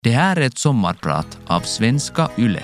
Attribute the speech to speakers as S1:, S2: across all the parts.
S1: Det här är ett sommarprat av Svenska Yle.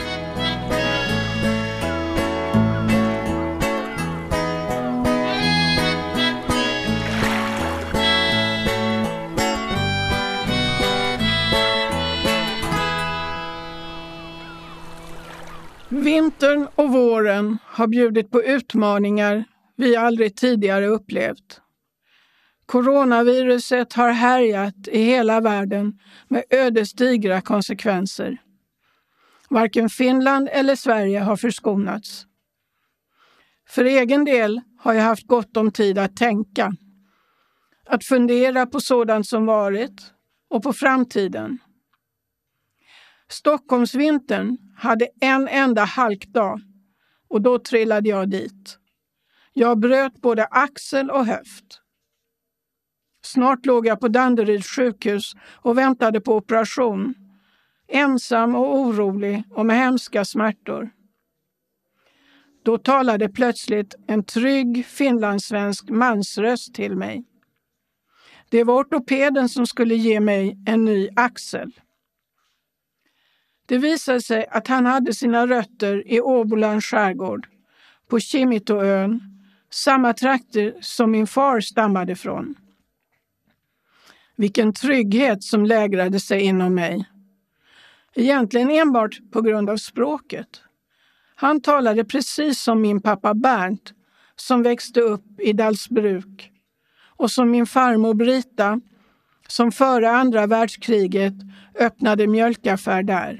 S2: Vintern och våren har bjudit på utmaningar vi aldrig tidigare upplevt. Coronaviruset har härjat i hela världen med ödesdigra konsekvenser. Varken Finland eller Sverige har förskonats. För egen del har jag haft gott om tid att tänka. Att fundera på sådant som varit och på framtiden. Stockholmsvintern hade en enda halkdag och då trillade jag dit. Jag bröt både axel och höft. Snart låg jag på Danderyds sjukhus och väntade på operation. Ensam och orolig och med hemska smärtor. Då talade plötsligt en trygg finlandssvensk mansröst till mig. Det var ortopeden som skulle ge mig en ny axel. Det visade sig att han hade sina rötter i Åbolands skärgård, på Kimitoön, samma trakter som min far stammade från. Vilken trygghet som lägrade sig inom mig. Egentligen enbart på grund av språket. Han talade precis som min pappa Bernt, som växte upp i Dals-Bruk, och som min farmor Brita, som före andra världskriget öppnade mjölkaffär där.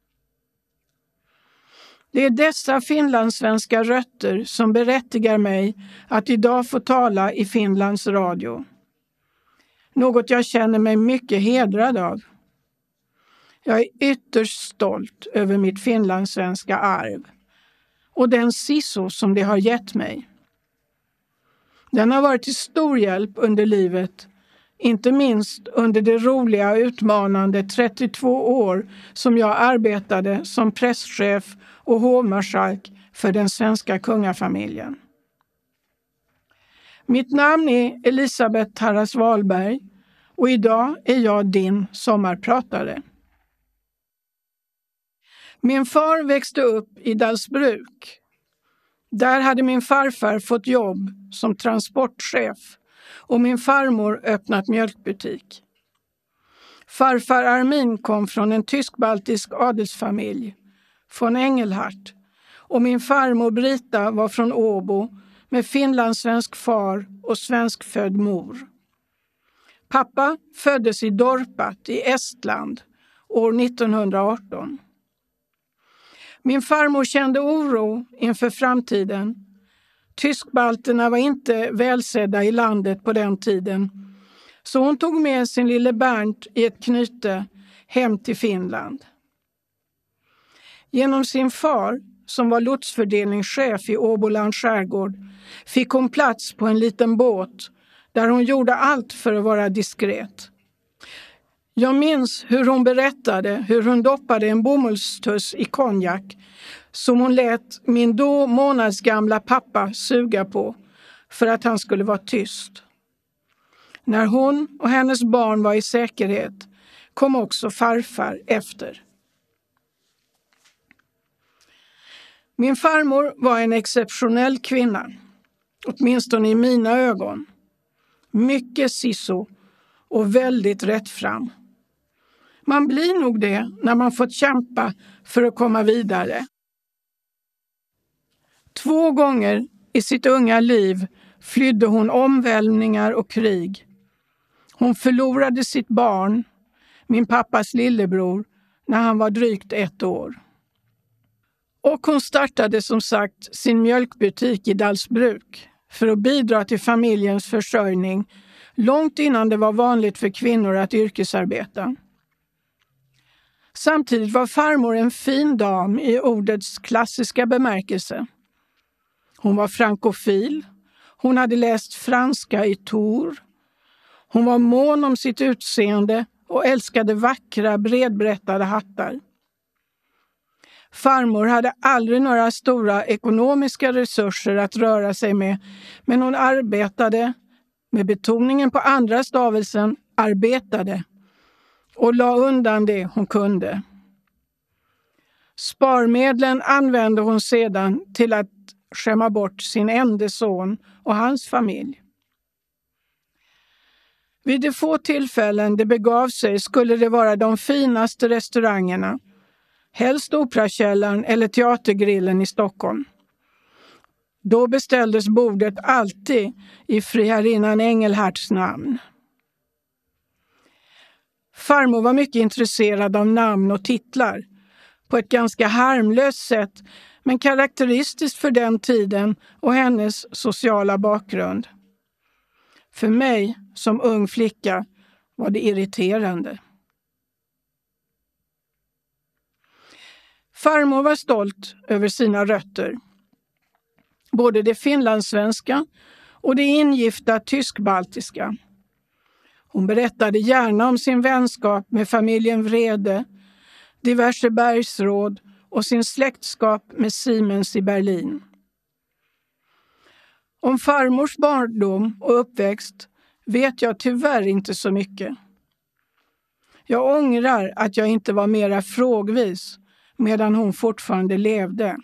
S2: Det är dessa finlandssvenska rötter som berättigar mig att idag få tala i Finlands radio. Något jag känner mig mycket hedrad av. Jag är ytterst stolt över mitt finlandssvenska arv och den siso som det har gett mig. Den har varit till stor hjälp under livet, inte minst under det roliga och utmanande 32 år som jag arbetade som presschef och hovmarskalk för den svenska kungafamiljen. Mitt namn är Elisabeth Tarras Wahlberg och idag är jag din sommarpratare. Min far växte upp i Dals-Bruk. Där hade min farfar fått jobb som transportchef och min farmor öppnat mjölkbutik. Farfar Armin kom från en tysk-baltisk adelsfamilj, från Engelhart, och min farmor Brita var från Åbo med finlandssvensk far och svenskfödd mor. Pappa föddes i Dorpat i Estland år 1918. Min farmor kände oro inför framtiden. Tyskbalterna var inte välsedda i landet på den tiden, så hon tog med sin lille Bernt i ett knyte hem till Finland. Genom sin far, som var lotsfördelningschef i Åbolands skärgård, fick hon plats på en liten båt där hon gjorde allt för att vara diskret. Jag minns hur hon berättade hur hon doppade en bomullstuss i konjak som hon lät min då månadsgamla pappa suga på för att han skulle vara tyst. När hon och hennes barn var i säkerhet kom också farfar efter. Min farmor var en exceptionell kvinna, åtminstone i mina ögon. Mycket siso och väldigt rättfram. Man blir nog det när man fått kämpa för att komma vidare. 2 gånger i sitt unga liv flydde hon omvälvningar och krig. Hon förlorade sitt barn, min pappas lillebror, när han var drygt 1 år. Och hon startade som sagt sin mjölkbutik i Dals-Bruk för att bidra till familjens försörjning långt innan det var vanligt för kvinnor att yrkesarbeta. Samtidigt var farmor en fin dam i ordets klassiska bemärkelse. Hon var frankofil, hon hade läst franska i Tours, hon var mån om sitt utseende och älskade vackra bredbrättade hattar. Farmor hade aldrig några stora ekonomiska resurser att röra sig med, men hon arbetade, med betoningen på andra stavelsen, arbetade, och la undan det hon kunde. Sparmedlen använde hon sedan till att skämma bort sin enda son och hans familj. Vid de få tillfällen det begav sig skulle det vara de finaste restaurangerna, helst Operakällaren eller Teatergrillen i Stockholm. Då beställdes bordet alltid i friherrinnan Engelharts namn. Farmor var mycket intresserad av namn och titlar, på ett ganska harmlöst sätt, men karaktäristiskt för den tiden och hennes sociala bakgrund. För mig som ung flicka var det irriterande. Farmor var stolt över sina rötter. Både det finlandssvenska och det ingifta tysk-baltiska. Hon berättade gärna om sin vänskap med familjen Vrede, diverse bergsråd och sin släktskap med Siemens i Berlin. Om farmors barndom och uppväxt vet jag tyvärr inte så mycket. Jag ångrar att jag inte var mera frågvis medan hon fortfarande levde.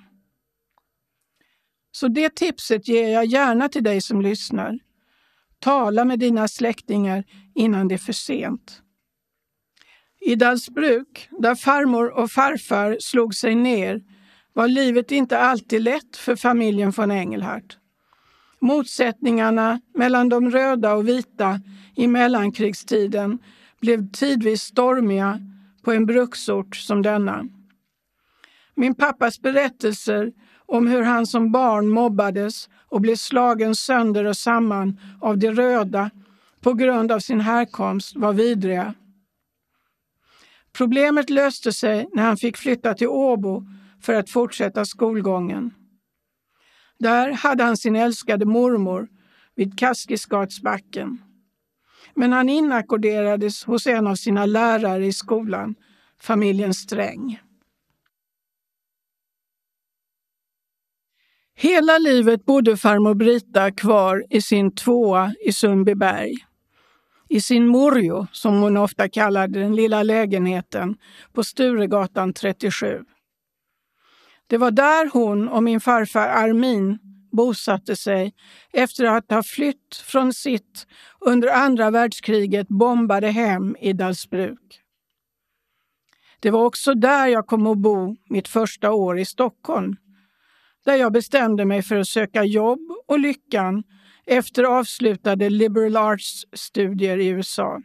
S2: Så det tipset ger jag gärna till dig som lyssnar. Tala med dina släktingar innan det är för sent. I Dallsbruk, där farmor och farfar slog sig ner, var livet inte alltid lätt för familjen von Engelhardt. Motsättningarna mellan de röda och vita i mellankrigstiden blev tidvis stormiga på en bruksort som denna. Min pappas berättelser om hur han som barn mobbades och blev slagen sönder och samman av de röda på grund av sin härkomst var vidriga. Problemet löste sig när han fick flytta till Åbo för att fortsätta skolgången. Där hade han sin älskade mormor vid Kaskisgatsbacken. Men han inackorderades hos en av sina lärare i skolan, familjen Sträng. Hela livet bodde farmor Brita kvar i sin tvåa i Sundbyberg. I sin morjo, som hon ofta kallade den lilla lägenheten, på Sturegatan 37. Det var där hon och min farfar Armin bosatte sig efter att ha flytt från sitt under andra världskriget bombade hem i Dallsbruk. Det var också där jag kom att bo mitt första år i Stockholm, där jag bestämde mig för att söka jobb och lyckan efter avslutade liberal arts-studier i USA.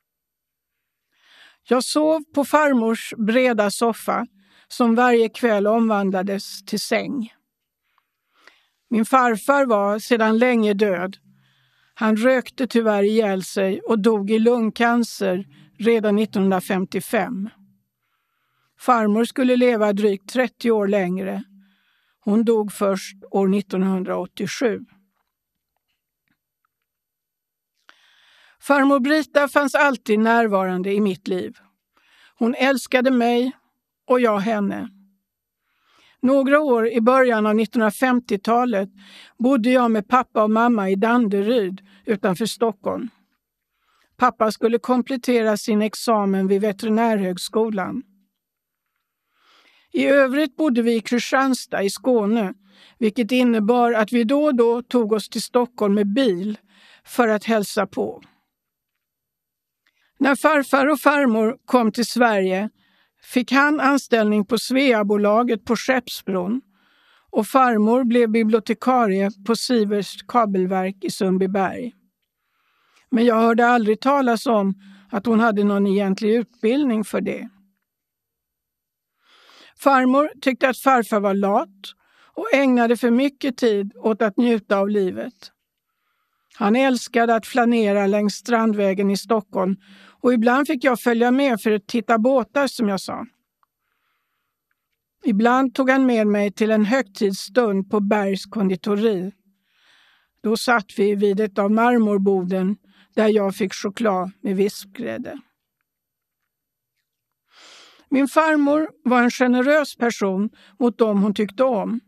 S2: Jag sov på farmors breda soffa som varje kväll omvandlades till säng. Min farfar var sedan länge död. Han rökte tyvärr ihjäl sig och dog i lungcancer redan 1955. Farmor skulle leva drygt 30 år längre. Hon dog först år 1987. Farmor Brita fanns alltid närvarande i mitt liv. Hon älskade mig och jag henne. Några år i början av 1950-talet bodde jag med pappa och mamma i Danderyd utanför Stockholm. Pappa skulle komplettera sin examen vid veterinärhögskolan. I övrigt bodde vi i Kristianstad i Skåne, vilket innebar att vi då och då tog oss till Stockholm med bil för att hälsa på. När farfar och farmor kom till Sverige fick han anställning på Sveabolaget på Skeppsbron och farmor blev bibliotekarie på Sivers kabelverk i Sundbyberg. Men jag hörde aldrig talas om att hon hade någon egentlig utbildning för det. Farmor tyckte att farfar var lat och ägnade för mycket tid åt att njuta av livet. Han älskade att flanera längs Strandvägen i Stockholm och ibland fick jag följa med för att titta båtar som jag sa. Ibland tog han med mig till en högtidsstund på Bergs konditori. Då satt vi vid ett av marmorborden där jag fick choklad med vispgrädde. Min farmor var en generös person mot dem hon tyckte om.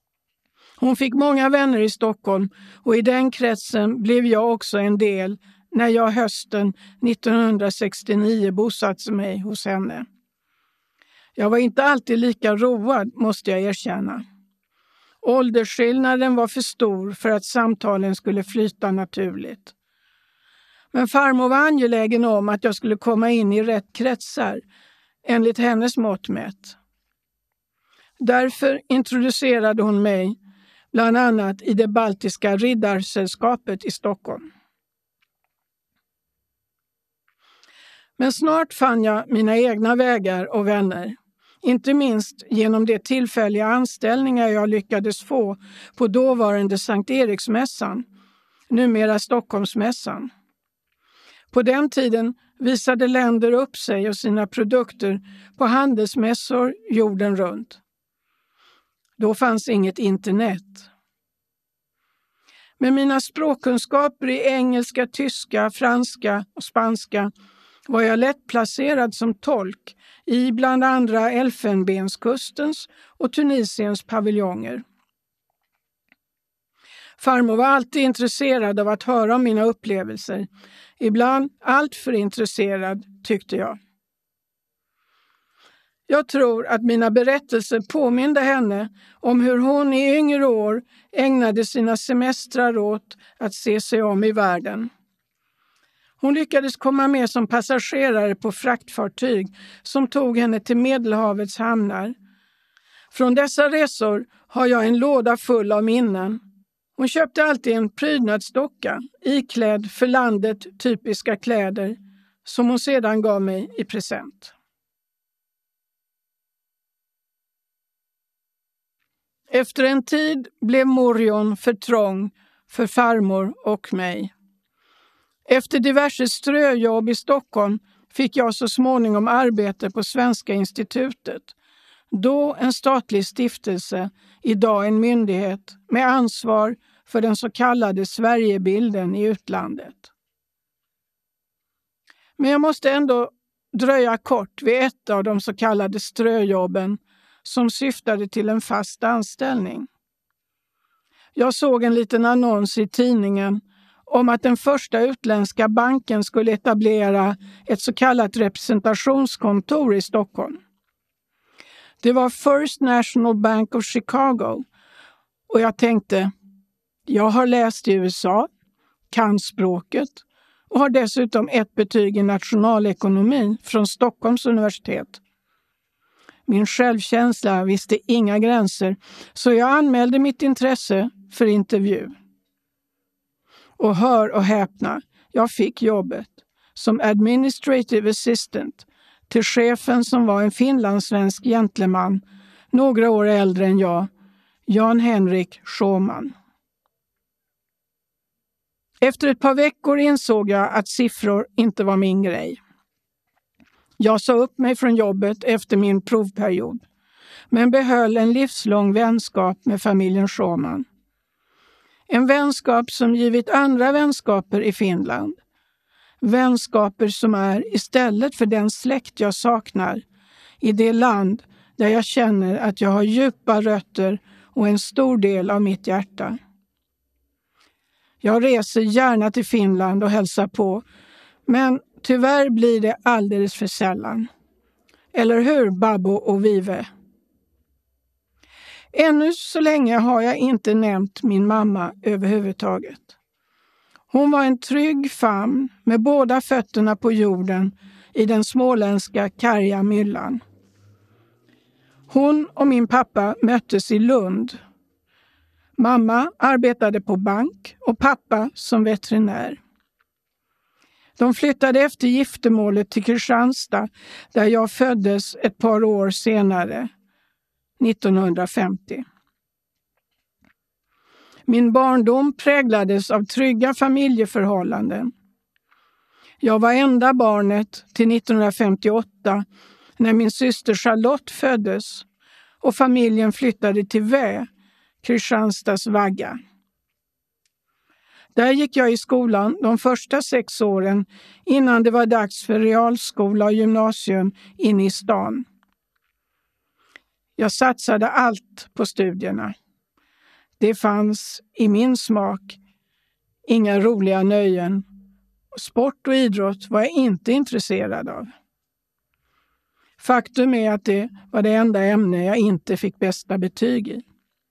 S2: Hon fick många vänner i Stockholm och i den kretsen blev jag också en del när jag hösten 1969 bosatte mig hos henne. Jag var inte alltid lika road, måste jag erkänna. Åldersskillnaden var för stor för att samtalen skulle flyta naturligt. Men farmor var angelägen om att jag skulle komma in i rätt kretsar, enligt hennes mått mätt. Därför introducerade hon mig bland annat i det baltiska riddarsällskapet i Stockholm. Men snart fann jag mina egna vägar och vänner. Inte minst genom de tillfälliga anställningar jag lyckades få på dåvarande Sankt Eriksmässan, numera Stockholmsmässan. På den tiden visade länder upp sig och sina produkter på handelsmässor jorden runt. Då fanns inget internet. Med mina språkkunskaper i engelska, tyska, franska och spanska var jag lätt placerad som tolk i bland andra Elfenbenskustens och Tunisiens paviljonger. Farmor var alltid intresserad av att höra om mina upplevelser. Ibland allt för intresserad, tyckte jag. Jag tror att mina berättelser påminde henne om hur hon i yngre år ägnade sina semestrar åt att se sig om i världen. Hon lyckades komma med som passagerare på fraktfartyg som tog henne till Medelhavets hamnar. Från dessa resor har jag en låda full av minnen. Hon köpte alltid en prydnadsdocka, iklädd för landet typiska kläder, som hon sedan gav mig i present. Efter en tid blev Morion för trång för farmor och mig. Efter diverse ströjobb i Stockholm fick jag så småningom arbete på Svenska institutet. Då en statlig stiftelse, idag en myndighet med ansvar för den så kallade Sverigebilden i utlandet. Men jag måste ändå dröja kort vid ett av de så kallade ströjobben som syftade till en fast anställning. Jag såg en liten annons i tidningen om att den första utländska banken skulle etablera ett så kallat representationskontor i Stockholm. Det var First National Bank of Chicago och jag tänkte, jag har läst i USA, kan språket och har dessutom ett betyg i nationalekonomi från Stockholms universitet. Min självkänsla visste inga gränser så jag anmälde mitt intresse för intervju. Och hör och häpna, jag fick jobbet som administrative assistant till chefen som var en finlandssvensk gentleman, några år äldre än jag, Jan Henrik Schumann. Efter ett par veckor insåg jag att siffror inte var min grej. Jag sa upp mig från jobbet efter min provperiod, men behöll en livslång vänskap med familjen Schumann. En vänskap som givit andra vänskaper i Finland. Vänskaper som är istället för den släkt jag saknar i det land där jag känner att jag har djupa rötter och en stor del av mitt hjärta. Jag reser gärna till Finland och hälsar på, men tyvärr blir det alldeles för sällan. Eller hur, Babbo och Vive? Ännu så länge har jag inte nämnt min mamma överhuvudtaget. Hon var en trygg famn med båda fötterna på jorden i den småländska karga myllan. Hon och min pappa möttes i Lund. Mamma arbetade på bank och pappa som veterinär. De flyttade efter giftermålet till Kristianstad där jag föddes ett par år senare, 1950. Min barndom präglades av trygga familjeförhållanden. Jag var enda barnet till 1958 när min syster Charlotte föddes och familjen flyttade till Vä, Kristianstads vagga. Där gick jag i skolan de första 6 åren innan det var dags för realskola och gymnasium inne i stan. Jag satsade allt på studierna. Det fanns i min smak inga roliga nöjen Sport och idrott var jag inte intresserad av. Faktum är att det var det enda ämne jag inte fick bästa betyg i.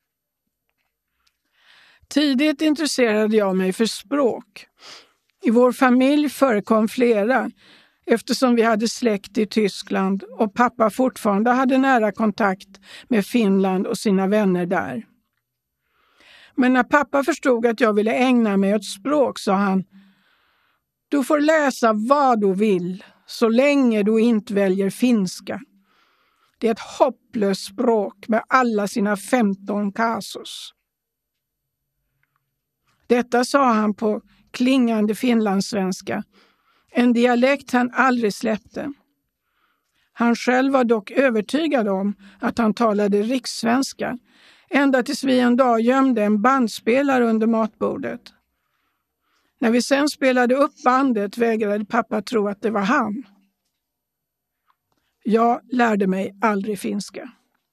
S2: Tidigt intresserade jag mig för språk. I vår familj förekom flera eftersom vi hade släkt i Tyskland och pappa fortfarande hade nära kontakt med Finland och sina vänner där. Men när pappa förstod att jag ville ägna mig åt språk sa han: "Du får läsa vad du vill så länge du inte väljer finska. Det är ett hopplöst språk med alla sina 15 kasus." Detta sa han på klingande finlandssvenska, en dialekt han aldrig släppte. Han själv var dock övertygad om att han talade rikssvenska, ända tills vi en dag gömde en bandspelare under matbordet. När vi sen spelade upp bandet vägrade pappa tro att det var han. Jag lärde mig aldrig finska.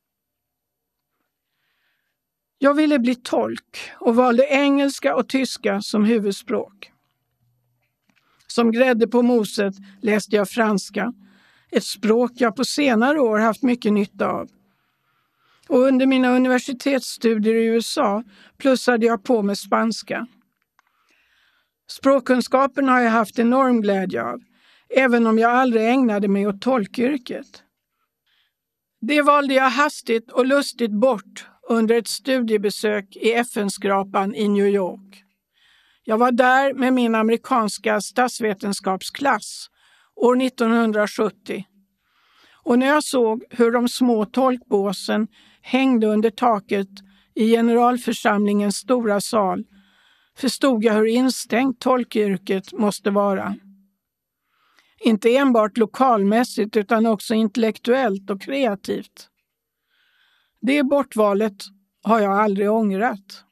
S2: Jag ville bli tolk och valde engelska och tyska som huvudspråk. Som grädde på moset läste jag franska, ett språk jag på senare år haft mycket nytta av. Och under mina universitetsstudier i USA plussade jag på med spanska. Språkkunskapen har jag haft enorm glädje av, även om jag aldrig ägnade mig åt tolkyrket. Det valde jag hastigt och lustigt bort under ett studiebesök i FN-skrapan i New York. Jag var där med min amerikanska statsvetenskapsklass år 1970. Och när jag såg hur de små tolkbåsen hängde under taket i generalförsamlingens stora sal förstod jag hur instängt tolkyrket måste vara. Inte enbart lokalmässigt utan också intellektuellt och kreativt. Det bortvalet har jag aldrig ångrat.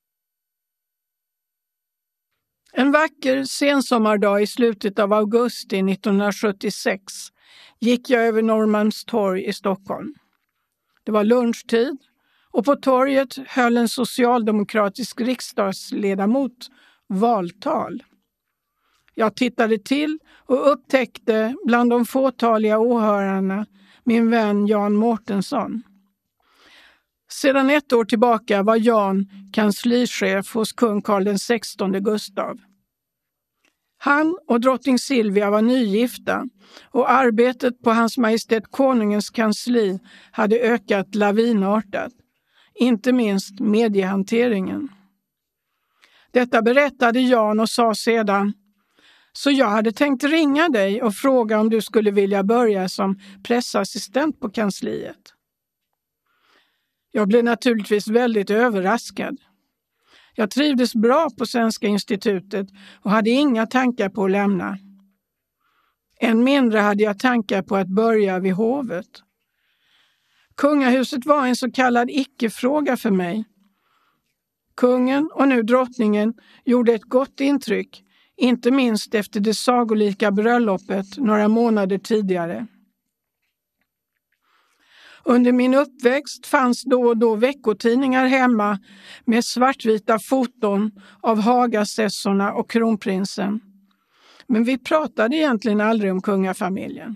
S2: En vacker sensommardag i slutet av augusti 1976 gick jag över Norrmalmstorg i Stockholm. Det var lunchtid och på torget höll en socialdemokratisk riksdagsledamot valtal. Jag tittade till och upptäckte bland de fåtaliga åhörarna min vän Jan Mårtensson. Sedan ett år tillbaka var Jan kanslichef hos kung Carl XVI Gustav. Han och drottning Silvia var nygifta och arbetet på Hans Majestät Konungens kansli hade ökat lavinartat, inte minst mediehanteringen. Detta berättade Jan och sa sedan: "Så jag hade tänkt ringa dig och fråga om du skulle vilja börja som pressassistent på kansliet." Jag blev naturligtvis väldigt överraskad. Jag trivdes bra på Svenska institutet och hade inga tankar på att lämna. Än mindre hade jag tankar på att börja vid hovet. Kungahuset var en så kallad icke-fråga för mig. Kungen och nu drottningen gjorde ett gott intryck, inte minst efter det sagolika bröllopet några månader tidigare. Under min uppväxt fanns då och då veckotidningar hemma med svartvita foton av Hagasessorna och kronprinsen. Men vi pratade egentligen aldrig om kungafamiljen.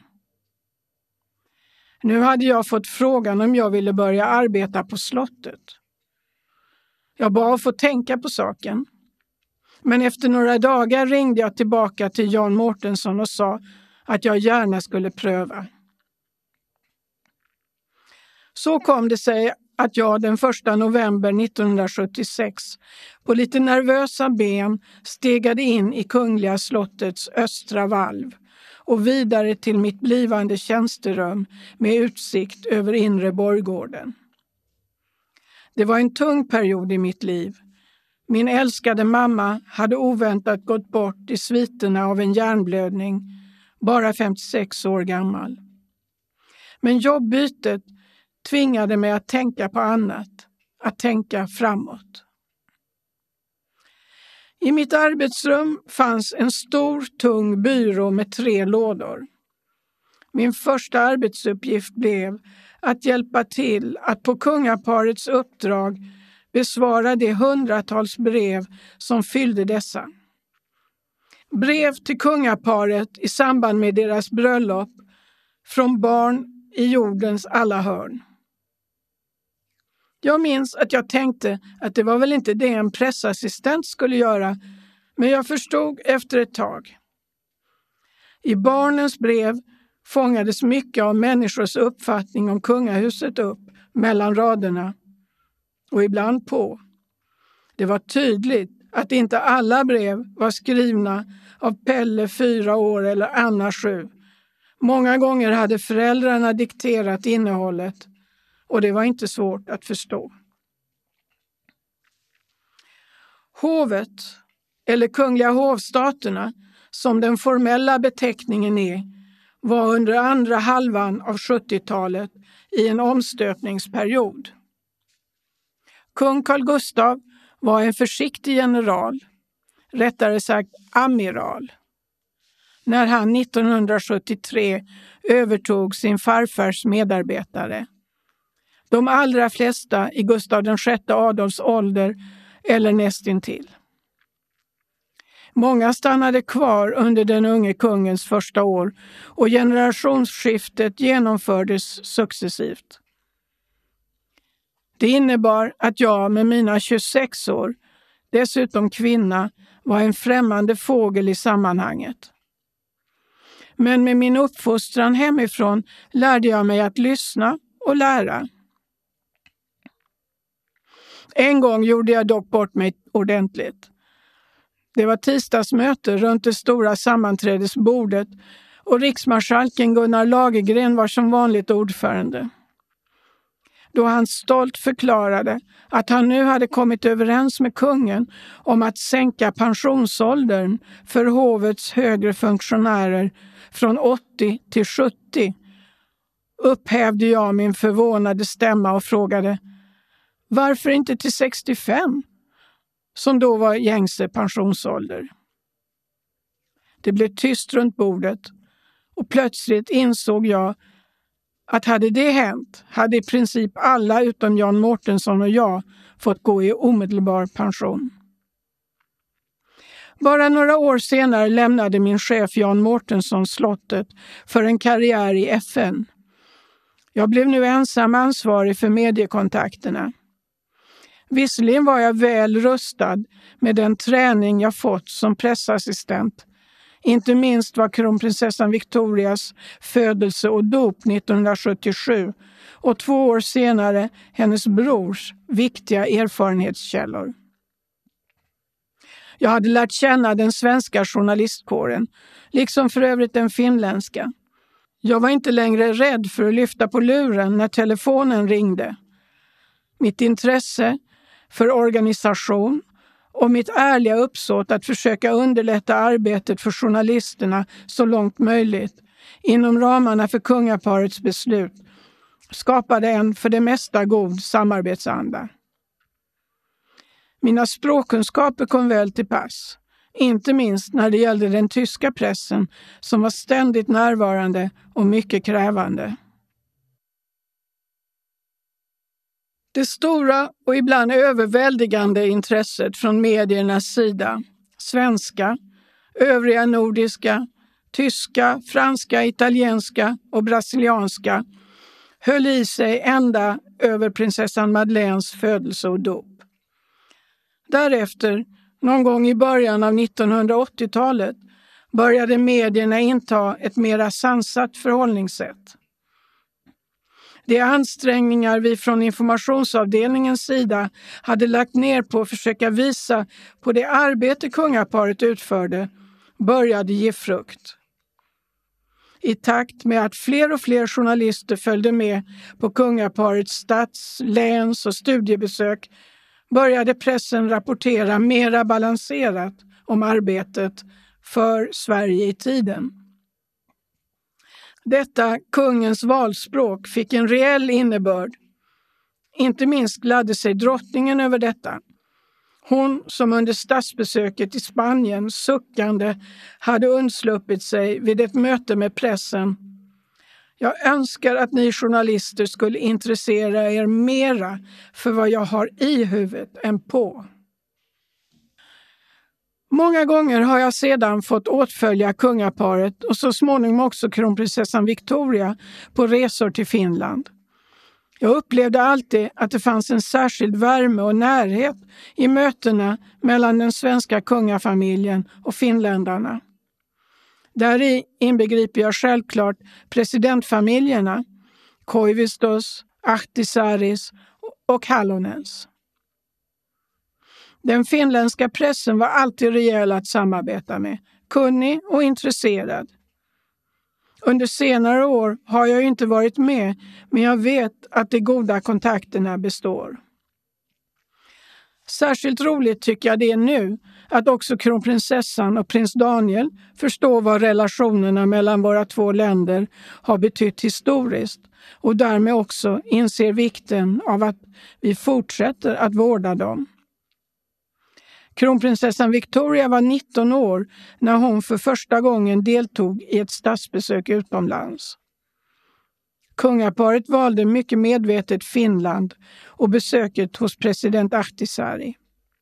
S2: Nu hade jag fått frågan om jag ville börja arbeta på slottet. Jag bad att få tänka på saken. Men efter några dagar ringde jag tillbaka till Jan Mårtensson och sa att jag gärna skulle pröva. Så kom det sig att jag den 1 november 1976 på lite nervösa ben stegade in i Kungliga slottets östra valv och vidare till mitt blivande tjänsterum med utsikt över inre borggården. Det var en tung period i mitt liv. Min älskade mamma hade oväntat gått bort i sviterna av en hjärnblödning, bara 56 år gammal. Men jobbbytet tvingade mig att tänka på annat, att tänka framåt. I mitt arbetsrum fanns en stor, tung byrå med 3 lådor. Min första arbetsuppgift blev att hjälpa till att på kungaparets uppdrag besvara de hundratals brev som fyllde dessa. Brev till kungaparet i samband med deras bröllop från barn i jordens alla hörn. Jag minns att jag tänkte att det var väl inte det en pressassistent skulle göra, men jag förstod efter ett tag. I barnens brev fångades mycket av människors uppfattning om kungahuset upp mellan raderna och ibland på. Det var tydligt att inte alla brev var skrivna av Pelle 4 år eller Anna 7. Många gånger hade föräldrarna dikterat innehållet och det var inte svårt att förstå. Hovet, eller Kungliga hovstaterna, som den formella beteckningen är, var under andra halvan av 70-talet i en omstöpningsperiod. Kung Carl Gustaf var en försiktig general, rättare sagt amiral, när han 1973 övertog sin farfars medarbetare. De allra flesta i Gustav VI Adolfs ålder eller nästintill. Många stannade kvar under den unge kungens första år och generationsskiftet genomfördes successivt. Det innebar att jag med mina 26 år, dessutom kvinna, var en främmande fågel i sammanhanget. Men med min uppfostran hemifrån lärde jag mig att lyssna och lära. En gång gjorde jag dock bort mig ordentligt. Det var tisdagsmöte runt det stora sammanträdesbordet och riksmarskalken Gunnar Lagergren var som vanligt ordförande. Då han stolt förklarade att han nu hade kommit överens med kungen om att sänka pensionsåldern för hovets högre funktionärer från 80 till 70, upphävde jag min förvånade stämma och frågade: varför inte till 65, som då var gängse pensionsålder? Det blev tyst runt bordet och plötsligt insåg jag att hade det hänt hade i princip alla utom Jan Mårtensson och jag fått gå i omedelbar pension. Bara några år senare lämnade min chef Jan Mårtensson slottet för en karriär i FN. Jag blev nu ensam ansvarig för mediekontakterna. Visserligen var jag väl rustad med den träning jag fått som pressassistent. Inte minst var kronprinsessan Victorias födelse och dop 1977 och 2 år senare hennes brors viktiga erfarenhetskällor. Jag hade lärt känna den svenska journalistkåren, liksom för övrigt den finländska. Jag var inte längre rädd för att lyfta på luren när telefonen ringde. Mitt intresse för organisation och mitt ärliga uppsåt att försöka underlätta arbetet för journalisterna så långt möjligt inom ramarna för kungaparets beslut skapade en för det mesta god samarbetsanda. Mina språkkunskaper kom väl till pass, inte minst när det gällde den tyska pressen som var ständigt närvarande och mycket krävande. Det stora och ibland överväldigande intresset från mediernas sida, svenska, övriga nordiska, tyska, franska, italienska och brasilianska, höll i sig ända över prinsessan Madeleines födelse och dop. Därefter, någon gång i början av 1980-talet, började medierna inta ett mera sansat förhållningssätt. De ansträngningar vi från informationsavdelningens sida hade lagt ner på att försöka visa på det arbete kungaparet utförde började ge frukt. I takt med att fler och fler journalister följde med på kungaparets stats-, läns- och studiebesök började pressen rapportera mera balanserat om arbetet för Sverige i tiden. Detta kungens valspråk fick en reell innebörd. Inte minst gladde sig drottningen över detta. Hon som under statsbesöket i Spanien suckande hade undsluppit sig vid ett möte med pressen: jag önskar att ni journalister skulle intressera er mera för vad jag har i huvudet än på. Många gånger har jag sedan fått åtfölja kungaparet och så småningom också kronprinsessan Victoria på resor till Finland. Jag upplevde alltid att det fanns en särskild värme och närhet i mötena mellan den svenska kungafamiljen och finländarna. Där inbegriper jag självklart presidentfamiljerna, Koivistos, Ahtisaaris och Halonens. Den finländska pressen var alltid rejäl att samarbeta med, kunnig och intresserad. Under senare år har jag inte varit med, men jag vet att de goda kontakterna består. Särskilt roligt tycker jag det är nu att också kronprinsessan och prins Daniel förstår vad relationerna mellan våra två länder har betytt historiskt och därmed också inser vikten av att vi fortsätter att vårda dem. Kronprinsessan Victoria var 19 år när hon för första gången deltog i ett statsbesök utomlands. Kungaparet valde mycket medvetet Finland och besöket hos president Ahtisaari.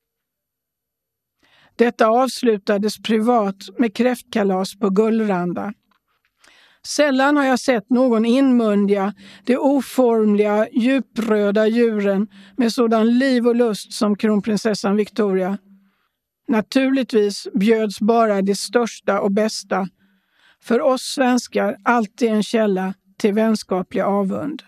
S2: Detta avslutades privat med kräftkalas på Gullranda. Sällan har jag sett någon inmundiga de oformliga, djupröda djuren med sådan liv och lust som kronprinsessan Victoria. Naturligtvis bjöds bara det största och bästa. För oss svenskar alltid en källa till vänskaplig avund.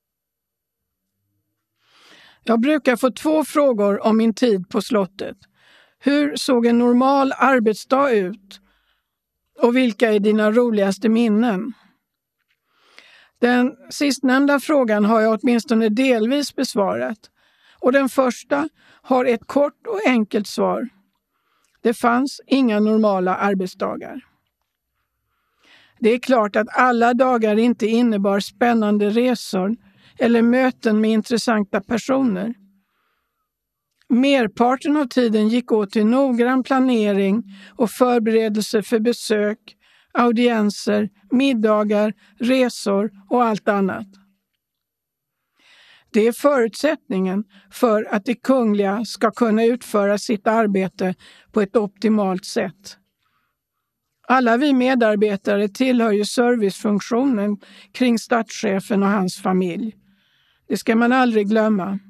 S2: Jag brukar få 2 frågor om min tid på slottet. Hur såg en normal arbetsdag ut? Och vilka är dina roligaste minnen? Den sistnämnda frågan har jag åtminstone delvis besvarat. Och den första har ett kort och enkelt svar. Det fanns inga normala arbetsdagar. Det är klart att alla dagar inte innebar spännande resor eller möten med intressanta personer. Merparten av tiden gick åt till noggrann planering och förberedelse för besök, audienser, middagar, resor och allt annat. Det är förutsättningen för att de kungliga ska kunna utföra sitt arbete på ett optimalt sätt. Alla vi medarbetare tillhör ju servicefunktionen kring statschefen och hans familj. Det ska man aldrig glömma.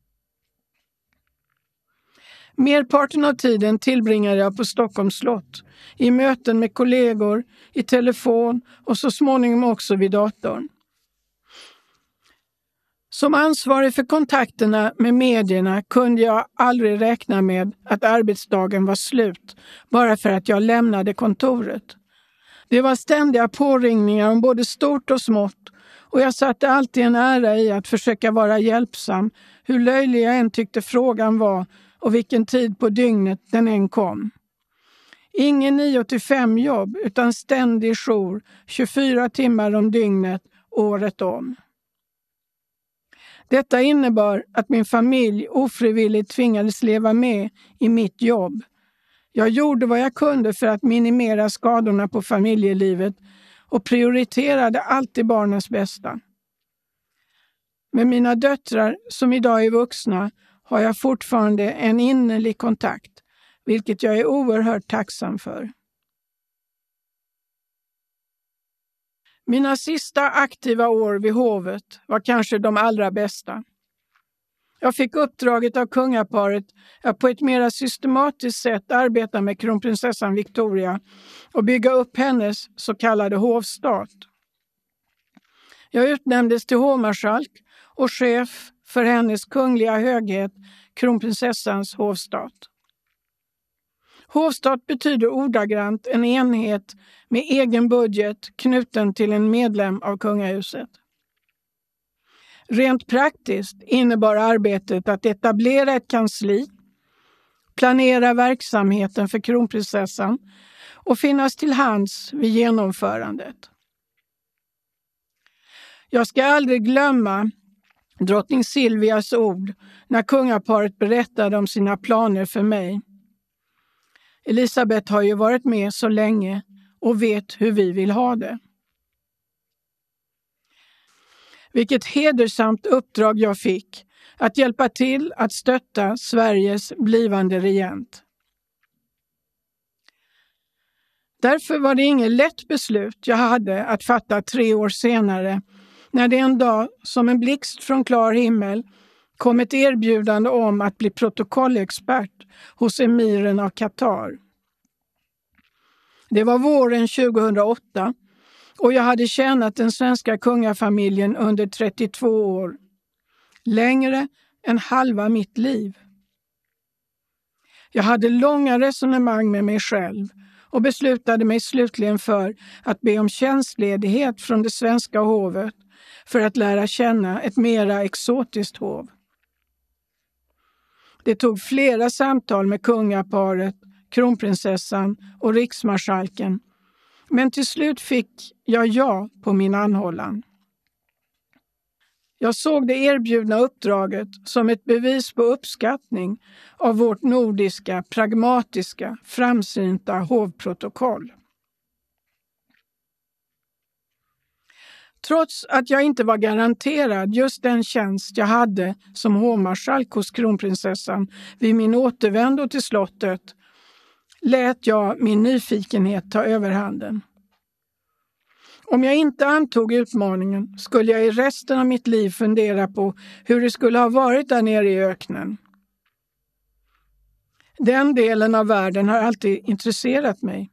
S2: Merparten av tiden tillbringade jag på Stockholms slott, i möten med kollegor, i telefon och så småningom också vid datorn. Som ansvarig för kontakterna med medierna kunde jag aldrig räkna med att arbetsdagen var slut bara för att jag lämnade kontoret. Det var ständiga påringningar om både stort och smått och jag satte alltid en ära i att försöka vara hjälpsam, hur löjlig jag än tyckte frågan var och vilken tid på dygnet den än kom. Ingen 9-5 jobb utan ständig jour, 24 timmar om dygnet, året om. Detta innebar att min familj ofrivilligt tvingades leva med i mitt jobb. Jag gjorde vad jag kunde för att minimera skadorna på familjelivet och prioriterade alltid barnens bästa. Med mina döttrar, som idag är vuxna, har jag fortfarande en innerlig kontakt, vilket jag är oerhört tacksam för. Mina sista aktiva år vid hovet var kanske de allra bästa. Jag fick uppdraget av kungaparet att på ett mer systematiskt sätt arbeta med kronprinsessan Victoria och bygga upp hennes så kallade hovstat. Jag utnämndes till hovmarskalk och chef för hennes kungliga höghet, kronprinsessans hovstat. Hovstat betyder ordagrant en enhet med egen budget knuten till en medlem av kungahuset. Rent praktiskt innebar arbetet att etablera ett kansli, planera verksamheten för kronprinsessan och finnas till hands vid genomförandet. Jag ska aldrig glömma drottning Silvias ord när kungaparet berättade om sina planer för mig. Elisabeth har ju varit med så länge och vet hur vi vill ha det. Vilket hedersamt uppdrag jag fick att hjälpa till att stötta Sveriges blivande regent. Därför var det inget lätt beslut jag hade att fatta 3 år senare, när det en dag som en blixt från klar himmel kom ett erbjudande om att bli protokollexpert hos emiren av Qatar. Det var våren 2008 och jag hade tjänat den svenska kungafamiljen under 32 år. Längre än halva mitt liv. Jag hade långa resonemang med mig själv och beslutade mig slutligen för att be om tjänstledighet från det svenska hovet för att lära känna ett mera exotiskt hov. Det tog flera samtal med kungaparet, kronprinsessan och riksmarskalken, men till slut fick jag ja på min anhållan. Jag såg det erbjudna uppdraget som ett bevis på uppskattning av vårt nordiska, pragmatiska, framsynta hovprotokoll. Trots att jag inte var garanterad just den tjänst jag hade som hovmarskalk hos kronprinsessan vid min återvändo till slottet, lät jag min nyfikenhet ta överhanden. Om jag inte antog utmaningen skulle jag i resten av mitt liv fundera på hur det skulle ha varit där nere i öknen. Den delen av världen har alltid intresserat mig.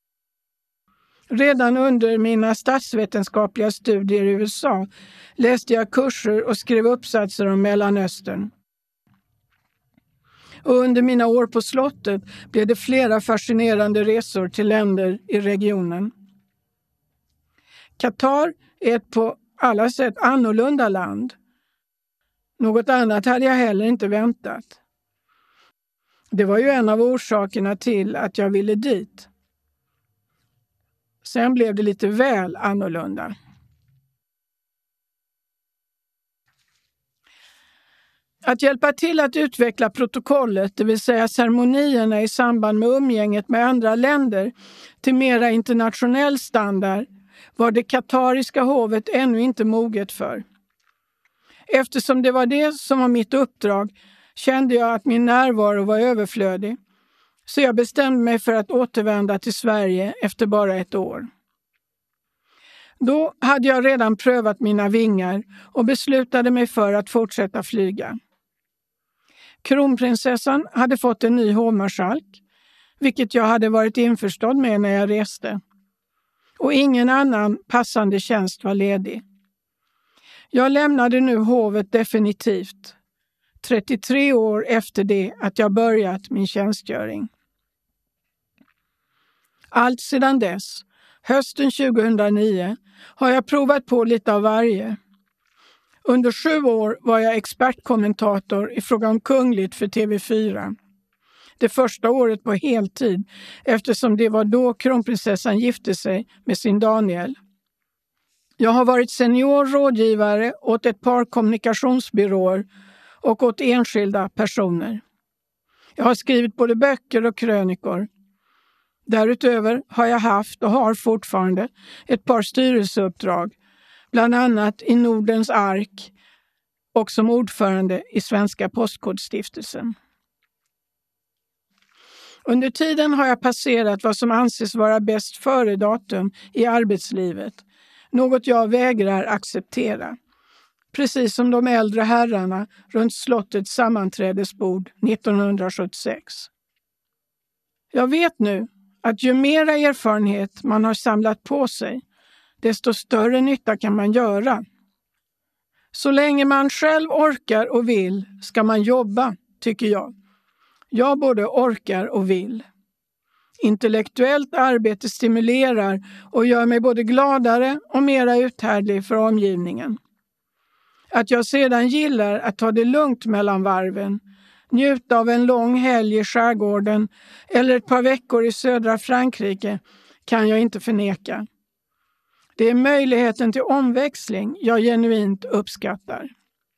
S2: Redan under mina statsvetenskapliga studier i USA läste jag kurser och skrev uppsatser om Mellanöstern. Och under mina år på slottet blev det flera fascinerande resor till länder i regionen. Qatar är ett på alla sätt annorlunda land. Något annat hade jag heller inte väntat. Det var ju en av orsakerna till att jag ville dit. Sen blev det lite väl annorlunda. Att hjälpa till att utveckla protokollet, det vill säga ceremonierna i samband med umgänget med andra länder till mera internationell standard, var det katariska hovet ännu inte moget för. Eftersom det var det som var mitt uppdrag kände jag att min närvaro var överflödig, så jag bestämde mig för att återvända till Sverige efter bara 1 år. Då hade jag redan prövat mina vingar och beslutade mig för att fortsätta flyga. Kronprinsessan hade fått en ny hovmarskalk, vilket jag hade varit införstådd med när jag reste. Och ingen annan passande tjänst var ledig. Jag lämnade nu hovet definitivt, 33 år efter det att jag börjat min tjänstgöring. Allt sedan dess, hösten 2009, har jag provat på lite av varje. Under 7 år var jag expertkommentator i fråga om kungligt för TV4. Det första året på heltid, eftersom det var då kronprinsessan gifte sig med sin Daniel. Jag har varit senior rådgivare åt ett par kommunikationsbyråer och åt enskilda personer. Jag har skrivit både böcker och krönikor. Därutöver har jag haft och har fortfarande ett par styrelseuppdrag, bland annat i Nordens ark och som ordförande i Svenska postkodstiftelsen. Under tiden har jag passerat vad som anses vara bäst före datum i arbetslivet, något jag vägrar acceptera. Precis som de äldre herrarna runt slottets sammanträdesbord 1976. Jag vet nu att ju mera erfarenhet man har samlat på sig, desto större nytta kan man göra. Så länge man själv orkar och vill ska man jobba, tycker jag. Jag både orkar och vill. Intellektuellt arbete stimulerar och gör mig både gladare och mera uthärdlig för omgivningen. Att jag sedan gillar att ta det lugnt mellan varven, njuta av en lång helg i skärgården eller ett par veckor i södra Frankrike kan jag inte förneka. Det är möjligheten till omväxling jag genuint uppskattar.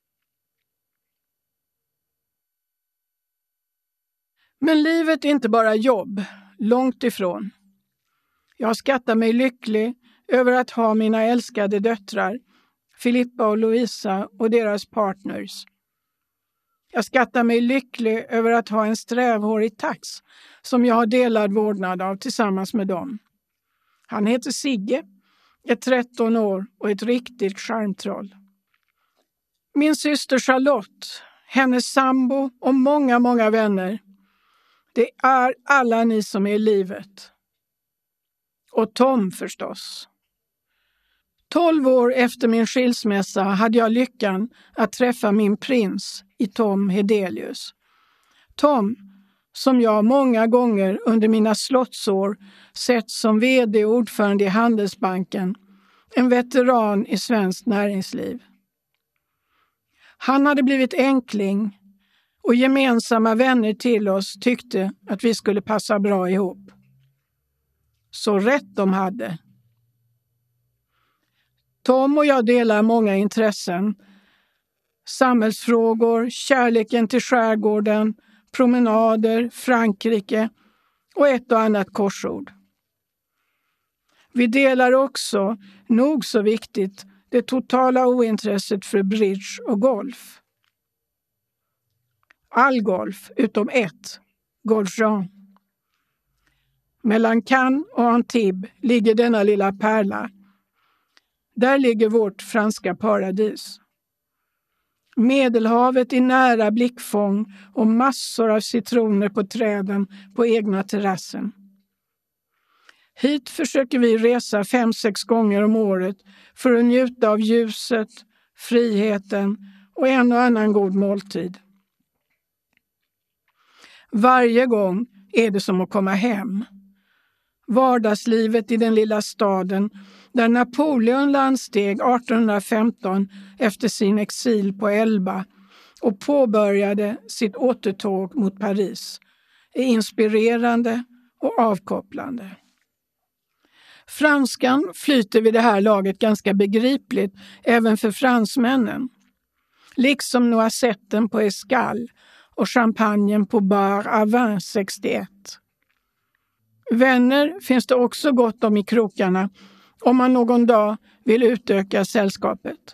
S2: Men livet är inte bara jobb, långt ifrån. Jag skattar mig lycklig över att ha mina älskade döttrar, Filippa och Louisa och deras partners. Jag skattar mig lycklig över att ha en strävhårig tax som jag har delad vårdnad av tillsammans med dem. Han heter Sigge, är 13 år och ett riktigt charmtroll. Min syster Charlotte, hennes sambo och många, många vänner. Det är alla ni som är i livet. Och Tom förstås. 12 år efter min skilsmässa hade jag lyckan att träffa min prins i Tom Hedelius. Tom, som jag många gånger under mina slottsår sett som vd och ordförande i Handelsbanken, en veteran i svenskt näringsliv. Han hade blivit enkling och gemensamma vänner till oss tyckte att vi skulle passa bra ihop. Så rätt de hade. Tom och jag delar många intressen. Samhällsfrågor, kärleken till skärgården, promenader, Frankrike och ett och annat korsord. Vi delar också, nog så viktigt, det totala ointresset för bridge och golf. All golf utom ett, Golf Jean. Mellan Cannes och Antibes ligger denna lilla pärla. Där ligger vårt franska paradis. Medelhavet i nära blickfång och massor av citroner på träden på egna terrassen. Hit försöker vi resa 5-6 gånger om året för att njuta av ljuset, friheten och en och annan god måltid. Varje gång är det som att komma hem. Vardagslivet i den lilla staden där Napoleon landsteg 1815 efter sin exil på Elba och påbörjade sitt återtåg mot Paris är inspirerande och avkopplande. Franskan flyter vid det här laget ganska begripligt även för fransmännen. Liksom noisetten på Escale och champagnen på Bar à Vin 61. Vänner finns det också gott om i krokarna om man någon dag vill utöka sällskapet.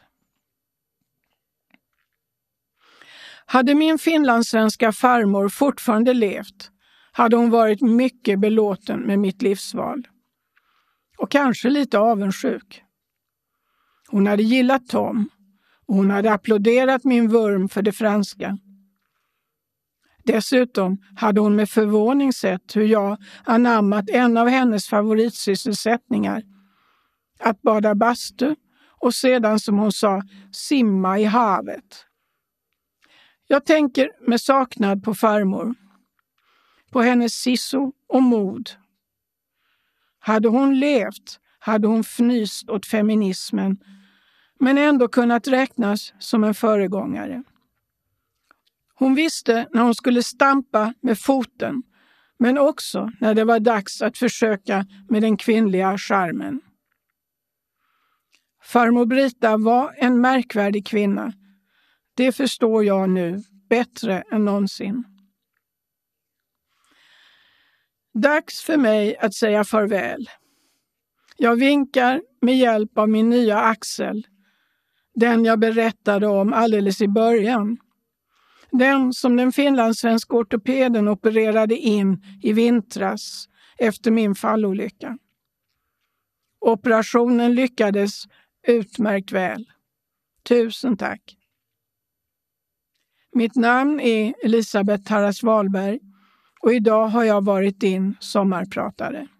S2: Hade min finlandssvenska farmor fortfarande levt hade hon varit mycket belåten med mitt livsval. Och kanske lite avundsjuk. Hon hade gillat Tom och hon hade applåderat min vurm för det franska. Dessutom hade hon med förvåning sett hur jag anammat en av hennes favoritsysselsättningar. Att bada bastu och sedan, som hon sa, simma i havet. Jag tänker med saknad på farmor. På hennes sisso och mod. Hade hon levt hade hon fnyst åt feminismen men ändå kunnat räknas som en föregångare. Hon visste när hon skulle stampa med foten men också när det var dags att försöka med den kvinnliga charmen. Farmor Brita var en märkvärdig kvinna. Det förstår jag nu bättre än någonsin. Dags för mig att säga farväl. Jag vinkar med hjälp av min nya axel. Den jag berättade om alldeles i början. Den som den finlandssvenska ortopeden opererade in i vintras efter min fallolycka. Operationen lyckades utmärkt väl. Tusen tack. Mitt namn är Elisabeth Tarras Wahlberg och idag har jag varit din sommarpratare.